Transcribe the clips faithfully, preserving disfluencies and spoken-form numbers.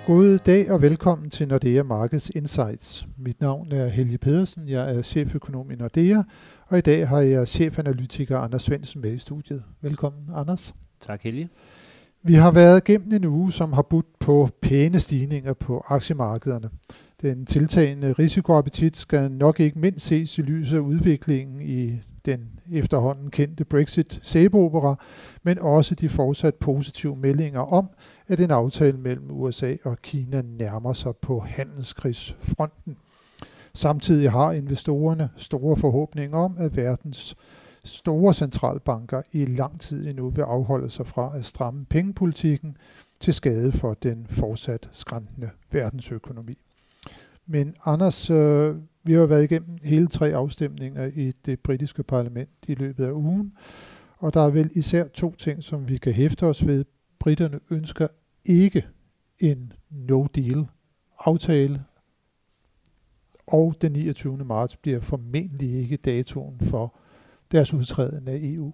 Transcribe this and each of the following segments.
God dag og velkommen til Nordea Markets Insights. Mit navn er Helge Pedersen, jeg er cheføkonom i Nordea, og i dag har jeg chefanalytiker Anders Svendsen med i studiet. Velkommen, Anders. Tak, Helge. Vi har været gennem en uge, som har budt på pæne stigninger på aktiemarkederne. Den tiltagende risikoappetit skal nok ikke mindst ses i lyset af udviklingen i den efterhånden kendte Brexit-sæbeopera, men også de fortsat positive meldinger om, at en aftale mellem U S A og Kina nærmer sig på handelskrigsfronten. Samtidig har investorerne store forhåbninger om, at verdens store centralbanker i lang tid endnu vil afholde sig fra at stramme pengepolitikken til skade for den fortsat skrantende verdensøkonomi. Men Anders, øh, vi har været igennem hele tre afstemninger i det britiske parlament i løbet af ugen, og der er vel især to ting, som vi kan hæfte os ved. Briterne ønsker ikke en no-deal-aftale, og den niogtyvende marts bliver formentlig ikke datoen for deres udtræden af E U.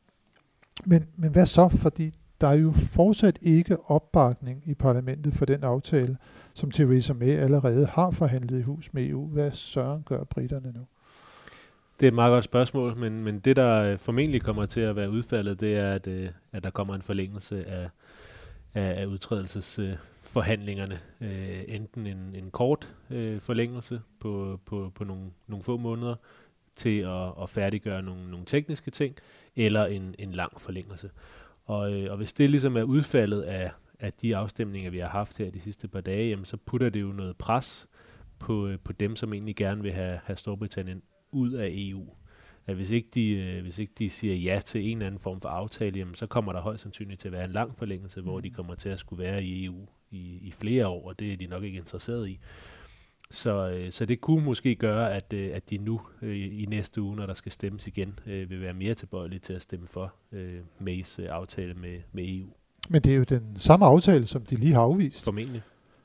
Men, men hvad så? Fordi der er jo fortsat ikke opbakning i parlamentet for den aftale, som Theresa May allerede har forhandlet i hus med E U. Hvad søren gør briterne nu? Det er et meget godt spørgsmål, men, men det, der formentlig kommer til at være udfaldet, det er, at, at der kommer en forlængelse af, af, af udtrædelsesforhandlingerne. Øh, enten en, en kort øh, forlængelse på, på, på nogle, nogle få måneder til at, at færdiggøre nogle, nogle tekniske ting, eller en, en lang forlængelse. Og, øh, og hvis det ligesom er udfaldet af, af de afstemninger, vi har haft her de sidste par dage, jamen, så putter det jo noget pres på, øh, på dem, som egentlig gerne vil have, have Storbritannien ud af E U. At hvis ikke, de, øh, hvis ikke de siger ja til en eller anden form for aftale, jamen, så kommer der højst sandsynligt til at være en lang forlængelse, hvor de kommer til at skulle være i E U i, i flere år, og det er de nok ikke interesseret i. Så, øh, så det kunne måske gøre, at, øh, at de nu øh, i næste uge, når der skal stemmes igen, øh, vil være mere tilbøjelige til at stemme for øh, Mays øh, aftale med, med E U. Men det er jo den samme aftale, som de lige har afvist. Formentlig.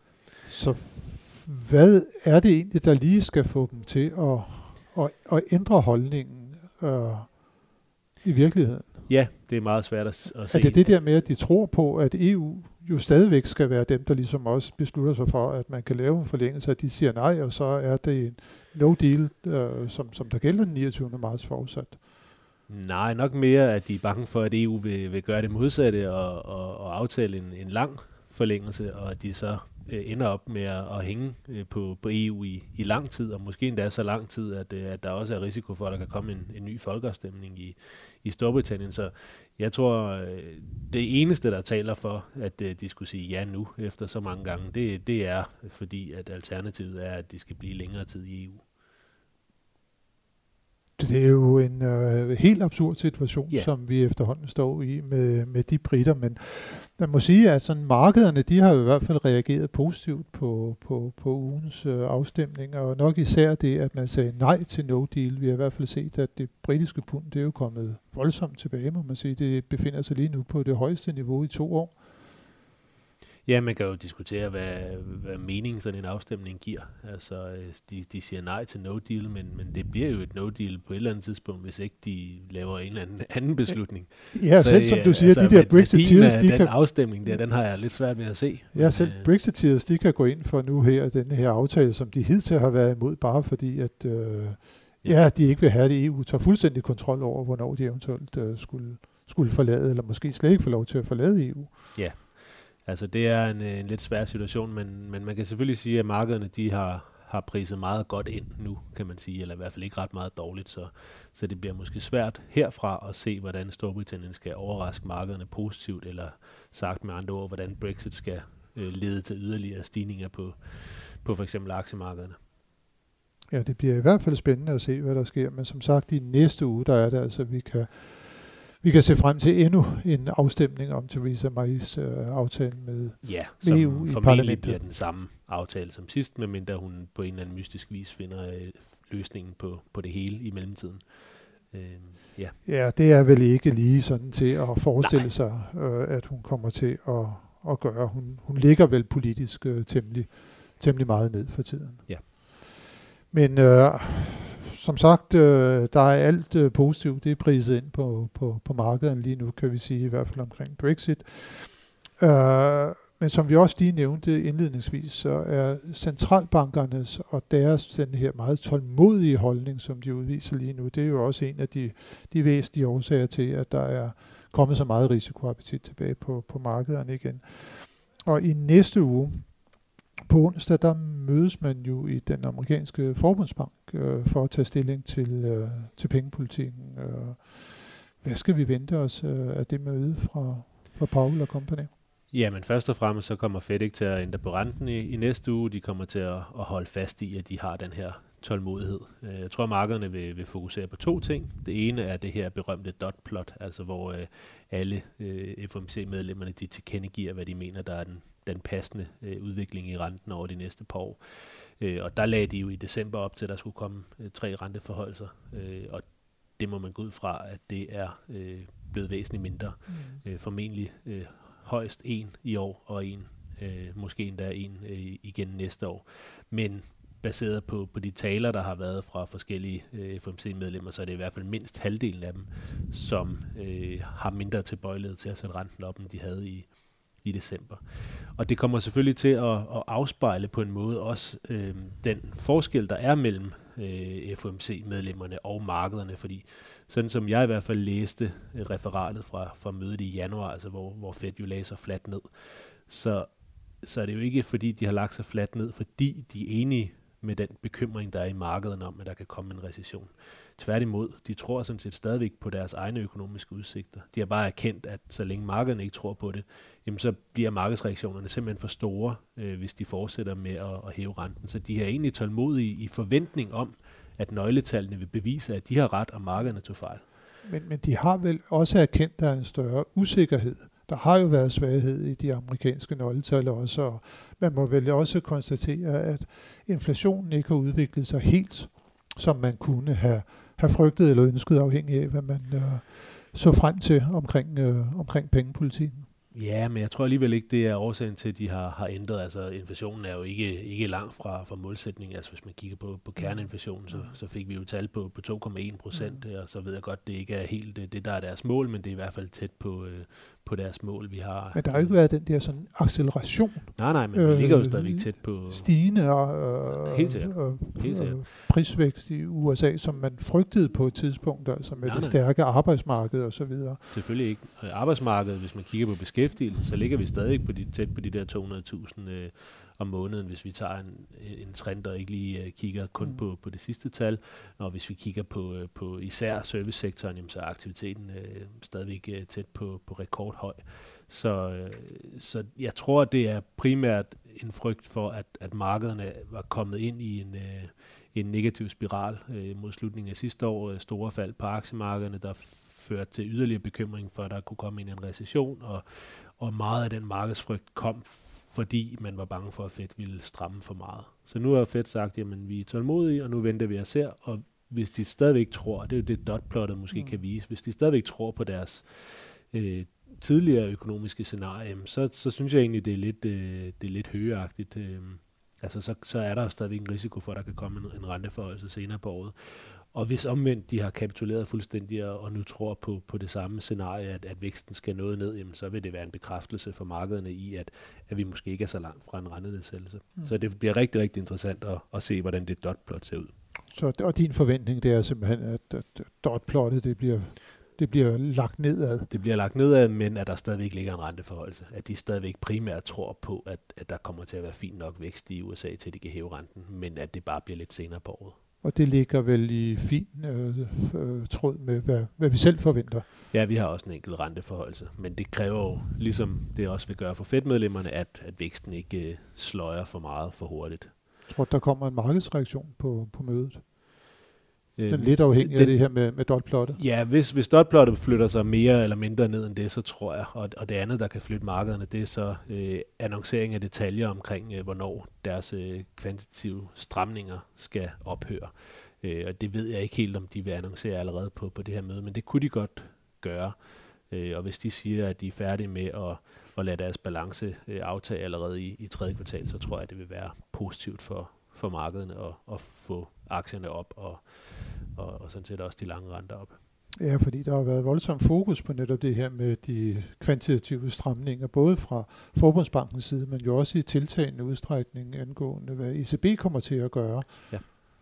Så f- hvad er det egentlig, der lige skal få dem til at, at, at ændre holdningen øh, i virkeligheden? Ja, det er meget svært at, at se. Er det det der med, at de tror på, at E U jo stadigvæk skal være dem, der ligesom også beslutter sig for, at man kan lave en forlængelse, at de siger nej, og så er det en no deal, øh, som, som der gælder den niogtyvende marts forudsat? Nej, nok mere, at de er bange for, at E U vil, vil gøre det modsatte og, og, og aftale en, en lang forlængelse, og at de så øh, ender op med at, at hænge øh, på, på E U i, i lang tid, og måske endda så lang tid, at, øh, at der også er risiko for, at der kan komme en, en ny folkeafstemning i, i Storbritannien. Så jeg tror, øh, det eneste, der taler for, at øh, de skulle sige ja nu, efter så mange gange, det, det er fordi, at alternativet er, at de skal blive længere tid i E U. Det er jo en øh, helt absurd situation, yeah. som vi efterhånden står i med, med de briter, men man må sige, at sådan markederne, de har jo i hvert fald reageret positivt på, på, på ugens øh, afstemning, og nok især det, at man sagde nej til no deal. Vi har i hvert fald set, at det britiske pund, det er jo kommet voldsomt tilbage, må man sige. Det befinder sig lige nu på det højeste niveau i to år. Ja, man kan jo diskutere, hvad, hvad mening sådan en afstemning giver. Altså, de, de siger nej til no deal, men, men det bliver jo et no deal på et eller andet tidspunkt, hvis ikke de laver en eller anden, anden beslutning. Ja, så, selv som du siger, altså, de der Brexiteers, de den kan... afstemning der, den har jeg lidt svært ved at se. Ja, men, selv Brexiteers, de kan gå ind for nu her, den her aftale, som de hidtil har været imod, bare fordi, at øh, ja. ja, de ikke vil have det. E U tager fuldstændig kontrol over, hvornår de eventuelt øh, skulle, skulle forlade, eller måske slet ikke få lov til at forlade E U. Ja. Altså det er en, en lidt svær situation, men, men man kan selvfølgelig sige, at markederne de har, har priset meget godt ind nu, kan man sige, eller i hvert fald ikke ret meget dårligt, så, så det bliver måske svært herfra at se, hvordan Storbritannien skal overraske markederne positivt, eller sagt med andre ord, hvordan Brexit skal øh, lede til yderligere stigninger på, på for eksempel aktiemarkederne. Ja, det bliver i hvert fald spændende at se, hvad der sker, men som sagt, i næste uge, der er det altså, vi kan Vi kan se frem til endnu en afstemning om Theresa Mays øh, aftale med, ja, med E U i parlamentet. Bliver den samme aftale som sidst, medmindre hun på en eller anden mystisk vis finder øh, løsningen på, på det hele i mellemtiden. Øh, ja. ja, det er vel ikke lige sådan til at forestille Nej. sig, øh, at hun kommer til at, at gøre. Hun, hun ligger vel politisk øh, temmelig, temmelig meget ned for tiden. Ja. Men øh, som sagt, øh, der er alt øh, positivt. Det er priset ind på, på, på markedet lige nu, kan vi sige, i hvert fald omkring Brexit. Øh, Men som vi også lige nævnte indledningsvis, så er centralbankernes og deres den her meget tålmodige holdning, som de udviser lige nu, det er jo også en af de, de væsentlige årsager til, at der er kommet så meget risikoappetit tilbage på, på markederne igen. Og i næste uge, på onsdag, der mødes man jo i den amerikanske forbundsbank øh, for at tage stilling til, øh, til pengepolitikken. Øh, hvad skal vi vente os øh, af det møde fra, fra Powell og company? Ja, men først og fremmest så kommer Fed ikke til at ændre på renten i, i næste uge. De kommer til at, at holde fast i, at de har den her tålmodighed. Jeg tror, at markederne vil, vil fokusere på to ting. Det ene er det her berømte dot plot, altså hvor øh, alle øh, F O M C-medlemmerne de tilkendegiver, hvad de mener, der er den, den passende øh, udvikling i renten over de næste par år. Øh, og der lagde de jo i december op til, at der skulle komme øh, tre renteforholdelser, øh, og det må man gå ud fra, at det er øh, blevet væsentligt mindre. Mm. Øh, formentlig øh, højst en i år, og en, øh, måske endda en øh, igen næste år. Men baseret på, på de taler, der har været fra forskellige øh, F O M C-medlemmer, så er det i hvert fald mindst halvdelen af dem, som øh, har mindre tilbøjelighed til at sætte renten op, end de havde i, i december. Og det kommer selvfølgelig til at, at afspejle på en måde også øh, den forskel, der er mellem øh, F O M C-medlemmerne og markederne, fordi sådan som jeg i hvert fald læste referatet fra, fra mødet i januar, altså hvor, hvor Fed jo lagde sig fladt ned, så, så er det jo ikke fordi, de har lagt sig fladt ned, fordi de er enige med den bekymring, der er i markederne om, at der kan komme en recession. Tværtimod, de tror sådan set stadigvæk på deres egne økonomiske udsigter. De har bare erkendt, at så længe markederne ikke tror på det, jamen så bliver markedsreaktionerne simpelthen for store, øh, hvis de fortsætter med at, at hæve renten. Så de er egentlig tålmodige i forventning om, at nøgletallene vil bevise, at de har ret, og markederne tog fejl. Men, men de har vel også erkendt, at der er en større usikkerhed. Der har jo været svaghed i de amerikanske nøgletal også, og man må vel også konstatere, at inflationen ikke har udviklet sig helt, som man kunne have, have frygtet eller ønsket, afhængig af, hvad man øh, så frem til omkring, øh, omkring pengepolitikken. Ja, men jeg tror alligevel ikke, det er årsagen til, at de har, har ændret. Altså, inflationen er jo ikke, ikke langt fra, fra målsætningen. Altså, hvis man kigger på, på kerneinflationen, så, så fik vi jo tal på, på to komma en procent, mm. og så ved jeg godt, det ikke er helt det, det, der er deres mål, men det er i hvert fald tæt på, øh, på deres mål, vi har. Men der har jo ikke været den der sådan acceleration. Nej, nej, men vi ligger jo stadigvæk tæt på stigende og, helt sikkert. og, helt sikkert. og prisvækst i U S A, som man frygtede på et tidspunkt, altså med nej, det stærke arbejdsmarked og så videre. Selvfølgelig ikke. Arbejdsmarkedet, hvis man kigger på beskæftigelse, så ligger vi stadig på de, tæt på de der to hundrede tusind øh, om måneden, hvis vi tager en, en trend, og ikke lige øh, kigger kun mm. på, på det sidste tal. Og hvis vi kigger på, øh, på især servicesektoren, jamen, så er aktiviteten øh, stadigvæk øh, tæt på, på rekordhøj. Så, øh, så jeg tror, det er primært en frygt for, at, at markederne var kommet ind i en, øh, en negativ spiral øh, mod slutningen af sidste år. Store fald på aktiemarkederne, der førte til yderligere bekymring for, at der kunne komme ind i en recession, og, og meget af den markedsfrygt kom, fordi man var bange for, at Fed ville stramme for meget. Så nu har Fed sagt, jamen vi er tålmodige, og nu venter vi og ser, og hvis de stadigvæk tror, det er jo det dotplottet måske mm. kan vise, hvis de stadigvæk tror på deres øh, tidligere økonomiske scenarie, så, så synes jeg egentlig, det er lidt, øh, det er lidt højagtigt. Øh, altså så, så er der jo stadigvæk en risiko for, at der kan komme en, en renteforhøjelse senere på året. Og hvis omvendt de har kapituleret fuldstændig og, og nu tror på, på det samme scenarie, at, at væksten skal noget ned, jamen, så vil det være en bekræftelse for markederne i, at, at vi måske ikke er så langt fra en rentenedsættelse. Mm. Så det bliver rigtig, rigtig interessant at, at se, hvordan det dotplot ser ud. Så, og din forventning, det er simpelthen, at, at dotplottet, det bliver... Det bliver lagt nedad. Det bliver lagt nedad, men at der stadigvæk ligger en renteforholdelse. At de stadigvæk primært tror på, at, at der kommer til at være fin nok vækst i U S A, til de kan hæve renten, men at det bare bliver lidt senere på året. Og det ligger vel i fin øh, øh, tråd med, hvad, hvad vi selv forventer. Ja, vi har også en enkelt renteforholdelse, men det kræver jo, ligesom det også vil gøre for Fed-medlemmerne, at, at væksten ikke øh, sløjer for meget for hurtigt. Jeg tror, der kommer en markedsreaktion på, på mødet. Den er lidt afhængig den, af det her med, med dotplottet. Ja, hvis, hvis dotplottet flytter sig mere eller mindre ned end det, så tror jeg, og, og det andet, der kan flytte markederne, det er så øh, annoncering af detaljer omkring, øh, hvornår deres øh, kvantitative stramninger skal ophøre. Øh, og det ved jeg ikke helt, om de vil annoncere allerede på, på det her møde, men det kunne de godt gøre. Øh, og hvis de siger, at de er færdige med at, at lade deres balance øh, aftage allerede i, i tredje kvartal, så tror jeg, det vil være positivt for, for markederne at, at få aktierne op og, og, og sådan set også de lange renter op. Ja, fordi der har været voldsom fokus på netop det her med de kvantitative stramninger, både fra Forbundsbankens side, men jo også i tiltagende udstrækning angående, hvad E C B kommer til at gøre. Ja.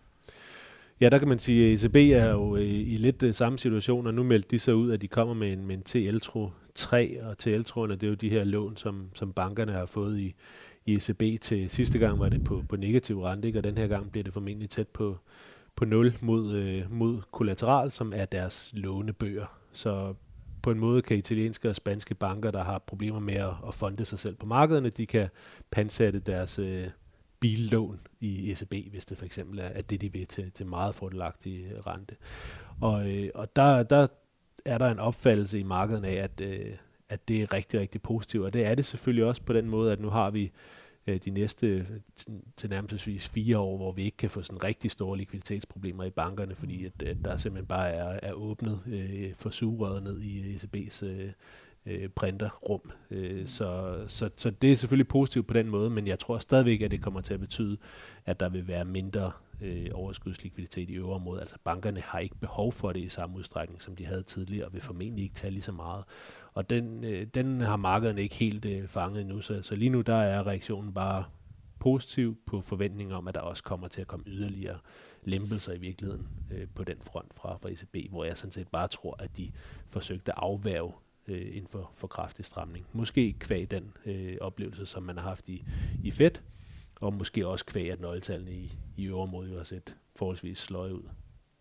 Ja, der kan man sige, at E C B er jo i lidt uh, samme situation, og nu meldte de så ud, at de kommer med en, med en T L T R O tre, og T L T R O'erne, det er jo de her lån, som, som bankerne har fået i, i E C B til sidste gang var det på, på negativ rente, ikke? Og den her gang bliver det formentlig tæt på, på nul mod, øh, mod kollateral, som er deres lånebøger. Så på en måde kan italienske og spanske banker, der har problemer med at, at fonde sig selv på markederne, de kan pansætte deres øh, billån i E C B, hvis det for eksempel er, er det, de vil til, til meget fordelagtig rente. Og, øh, og der, der er der en opfattelse i markedet af, at, øh, at det er rigtig, rigtig positivt. Og det er det selvfølgelig også på den måde, at nu har vi øh, de næste til nærmest fire år, hvor vi ikke kan få sådan rigtig store likviditetsproblemer i bankerne, fordi at, at der simpelthen bare er, er åbnet øh, for sugerøret ned i E C B's øh, øh, printerrum. Øh, så, så, så det er selvfølgelig positivt på den måde, men jeg tror stadigvæk, at det kommer til at betyde, at der vil være mindre øh, overskudslikviditet i øvre området. Altså bankerne har ikke behov for det i samme udstrækning, som de havde tidligere, og vil formentlig ikke tage lige så meget. Og den, øh, den har markederne ikke helt øh, fanget endnu, så, så lige nu der er reaktionen bare positiv på forventninger om, at der også kommer til at komme yderligere lempelser i virkeligheden øh, på den front fra, fra E C B, hvor jeg sådan set bare tror, at de forsøgte at afværge øh, inden for, for kraftig stramning. Måske kvæg den øh, oplevelse, som man har haft i, i Fed, og måske også kvæg, at nøgletallene i, i øverområdet jo har set forholdsvis sløje ud.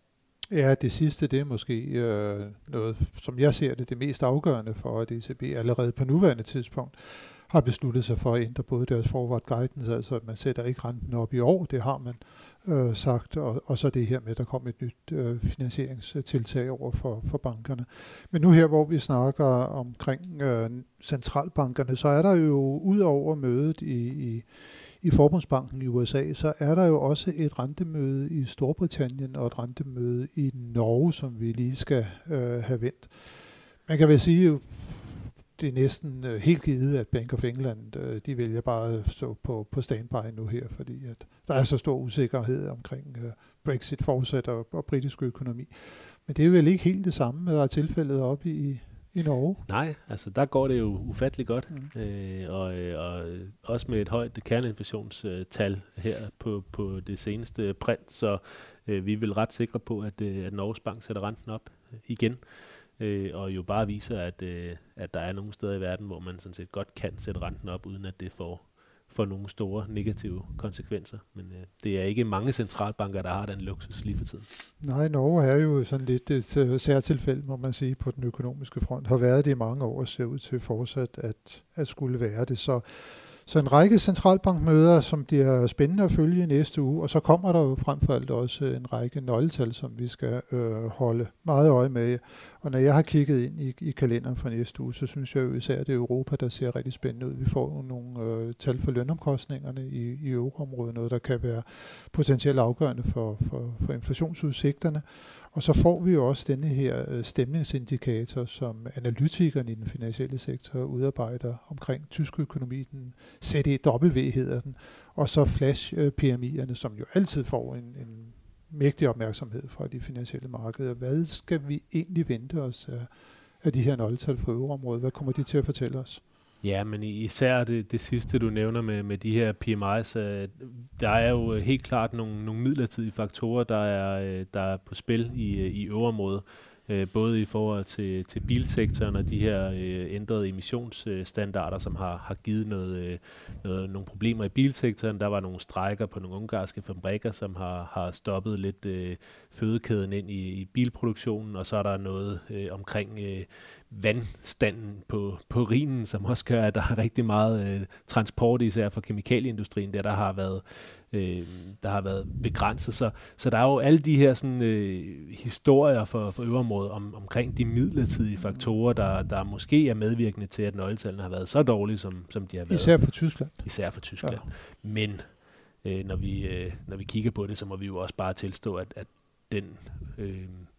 Ja, det sidste, det er måske øh, noget, som jeg ser det, det mest afgørende for, at E C B allerede på nuværende tidspunkt har besluttet sig for at ændre både deres forward guidance, altså at man sætter ikke renten op i år, det har man øh, sagt, og, og så det her med, at der kommer et nyt øh, finansieringstiltag over for, for bankerne. Men nu her, hvor vi snakker omkring øh, centralbankerne, så er der jo ud over mødet i, i, i Forbundsbanken i U S A, så er der jo også et rentemøde i Storbritannien og et rentemøde i Norge, som vi lige skal øh, have vendt. Man kan vel sige, det er næsten øh, helt givet, at Bank of England, øh, de vælger bare at stå på, på standby nu her, fordi at der er så stor usikkerhed omkring øh, Brexit fortsat og, og britisk økonomi. Men det er vel ikke helt det samme, der er tilfældet oppe i, i Norge? Nej, altså der går det jo ufatteligt godt, mm. øh, og, og også med et højt kerneinflationstal her på, på det seneste print, så øh, vi er vel ret sikre på, at, at Norges Bank sætter renten op igen. Øh, og jo bare viser, at, øh, at der er nogle steder i verden, hvor man sådan set godt kan sætte renten op, uden at det får, får nogle store negative konsekvenser. Men øh, det er ikke mange centralbanker, der har den luksus lige for tiden. Nej, Norge er jo sådan lidt et uh, særtilfælde, må man sige, på den økonomiske front. Har været det i mange år, og ser ud til fortsat at, at skulle være det. Så Så en række centralbankmøder, som bliver spændende at følge i næste uge, og så kommer der jo frem for alt også en række nøgletal, som vi skal øh, holde meget øje med. Og når jeg har kigget ind i, i kalenderen for næste uge, så synes jeg jo især, at det er Europa, der ser rigtig spændende ud. Vi får jo nogle øh, tal for lønomkostningerne i, i euroområdet, noget der kan være potentielt afgørende for, for, for inflationsudsigterne. Og så får vi jo også denne her øh, stemningsindikator, som analytikerne i den finansielle sektor udarbejder omkring tysk økonomi, den Z E W hedder den, og så flash-P M I'erne, som jo altid får en, en mægtig opmærksomhed fra de finansielle markeder. Hvad skal vi egentlig vente os af, af de her nøgletal for euroområdet? Hvad kommer de til at fortælle os? Ja, men især det, det sidste, du nævner med, med de her P M I's, øh, der er jo helt klart nogle, nogle midlertidige faktorer, der er, øh, der er på spil i, i øverområdet. Øh, både i forhold til, til bilsektoren og de her øh, ændrede emissionsstandarder, som har, har givet noget, øh, noget, nogle problemer i bilsektoren. Der var nogle strejker på nogle ungarske fabrikker, som har, har stoppet lidt øh, fødekæden ind i, i bilproduktionen, og så er der noget øh, omkring øh, vandstanden på, på Rhinen, som også gør, at der er rigtig meget øh, transport, især for kemikalieindustrien, der der har været Øh, der har været begrænset. Så, så der er jo alle de her sådan, øh, historier for, for øverområdet om, omkring de midlertidige faktorer, der, der måske er medvirkende til, at nøgletallene har været så dårlige, som, som de har været. Især for Tyskland. Især for Tyskland. Ja. Men øh, når, vi, øh, når vi kigger på det, så må vi jo også bare tilstå, at, at den øh,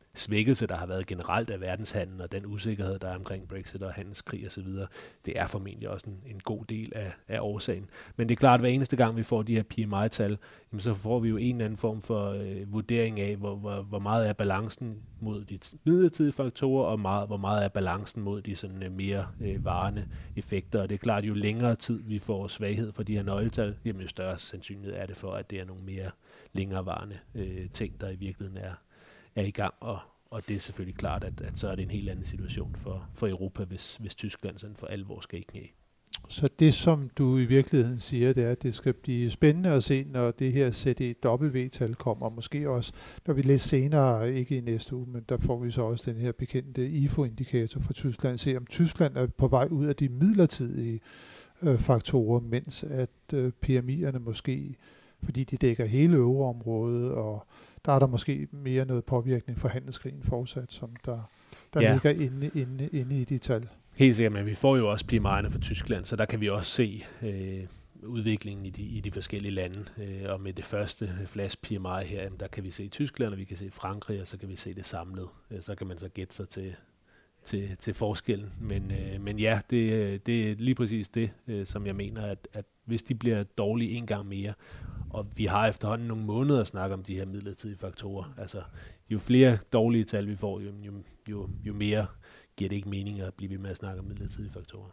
svækkelse, der har været generelt af verdenshandlen, og den usikkerhed, der er omkring Brexit og handelskrig osv., det er formentlig også en, en god del af, af årsagen. Men det er klart, at hver eneste gang vi får de her P M I-tal, jamen, så får vi jo en eller anden form for øh, vurdering af, hvor, hvor, hvor meget er balancen mod de midlertidige faktorer, og meget, hvor meget er balancen mod de sådan, øh, mere øh, varende effekter. Og det er klart, jo længere tid vi får svaghed for de her nøgletal, jamen, jo større sandsynlighed er det for, at det er nogle mere længerevarende øh, ting, der i virkeligheden er er i gang, og, og det er selvfølgelig klart, at, at så er det en helt anden situation for, for Europa, hvis, hvis Tyskland sådan for alvor skal i knæ. Så det, som du i virkeligheden siger, det er, at det skal blive spændende at se, når det her Z E W-tal kommer, måske også, når vi lidt senere, ikke i næste uge, men der får vi så også den her bekendte I F O-indikator for Tyskland, se om Tyskland er på vej ud af de midlertidige øh, faktorer, mens at øh, P M I'erne måske, fordi de dækker hele euroområdet, og der er der måske mere noget påvirkning for handelskrigen fortsat, som der, der ja. ligger inde, inde, inde i de tal. Helt sikkert, men vi får jo også P M I'erne fra Tyskland, så der kan vi også se øh, udviklingen i de, i de forskellige lande. Øh, og med det første flash P M I her, jamen, der kan vi se Tyskland, og vi kan se Frankrig, og så kan vi se det samlet. Øh, så kan man så gætte sig til, til, til forskellen. Men, øh, men ja, det, det er lige præcis det, øh, som jeg mener, at, at hvis de bliver dårlige en gang mere, og vi har efterhånden nogle måneder at snakke om de her midlertidige faktorer. Altså, jo flere dårlige tal vi får, jo, jo, jo, jo mere giver det ikke mening at blive ved med at snakke om midlertidige faktorer.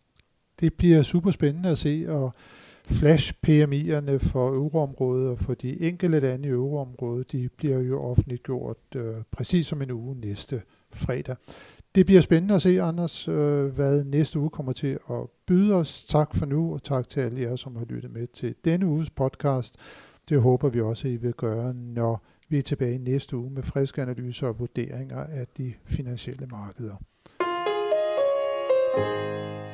Det bliver super spændende at se, og flash P M I'erne for euroområdet og for de enkelte lande i euroområdet, de bliver jo offentliggjort øh, præcis som en uge næste fredag. Det bliver spændende at se, Anders, øh, hvad næste uge kommer til at byde os. Tak for nu, og tak til alle jer, som har lyttet med til denne uges podcast. Det håber vi også, at I vil gøre, når vi er tilbage næste uge med friske analyser og vurderinger af de finansielle markeder.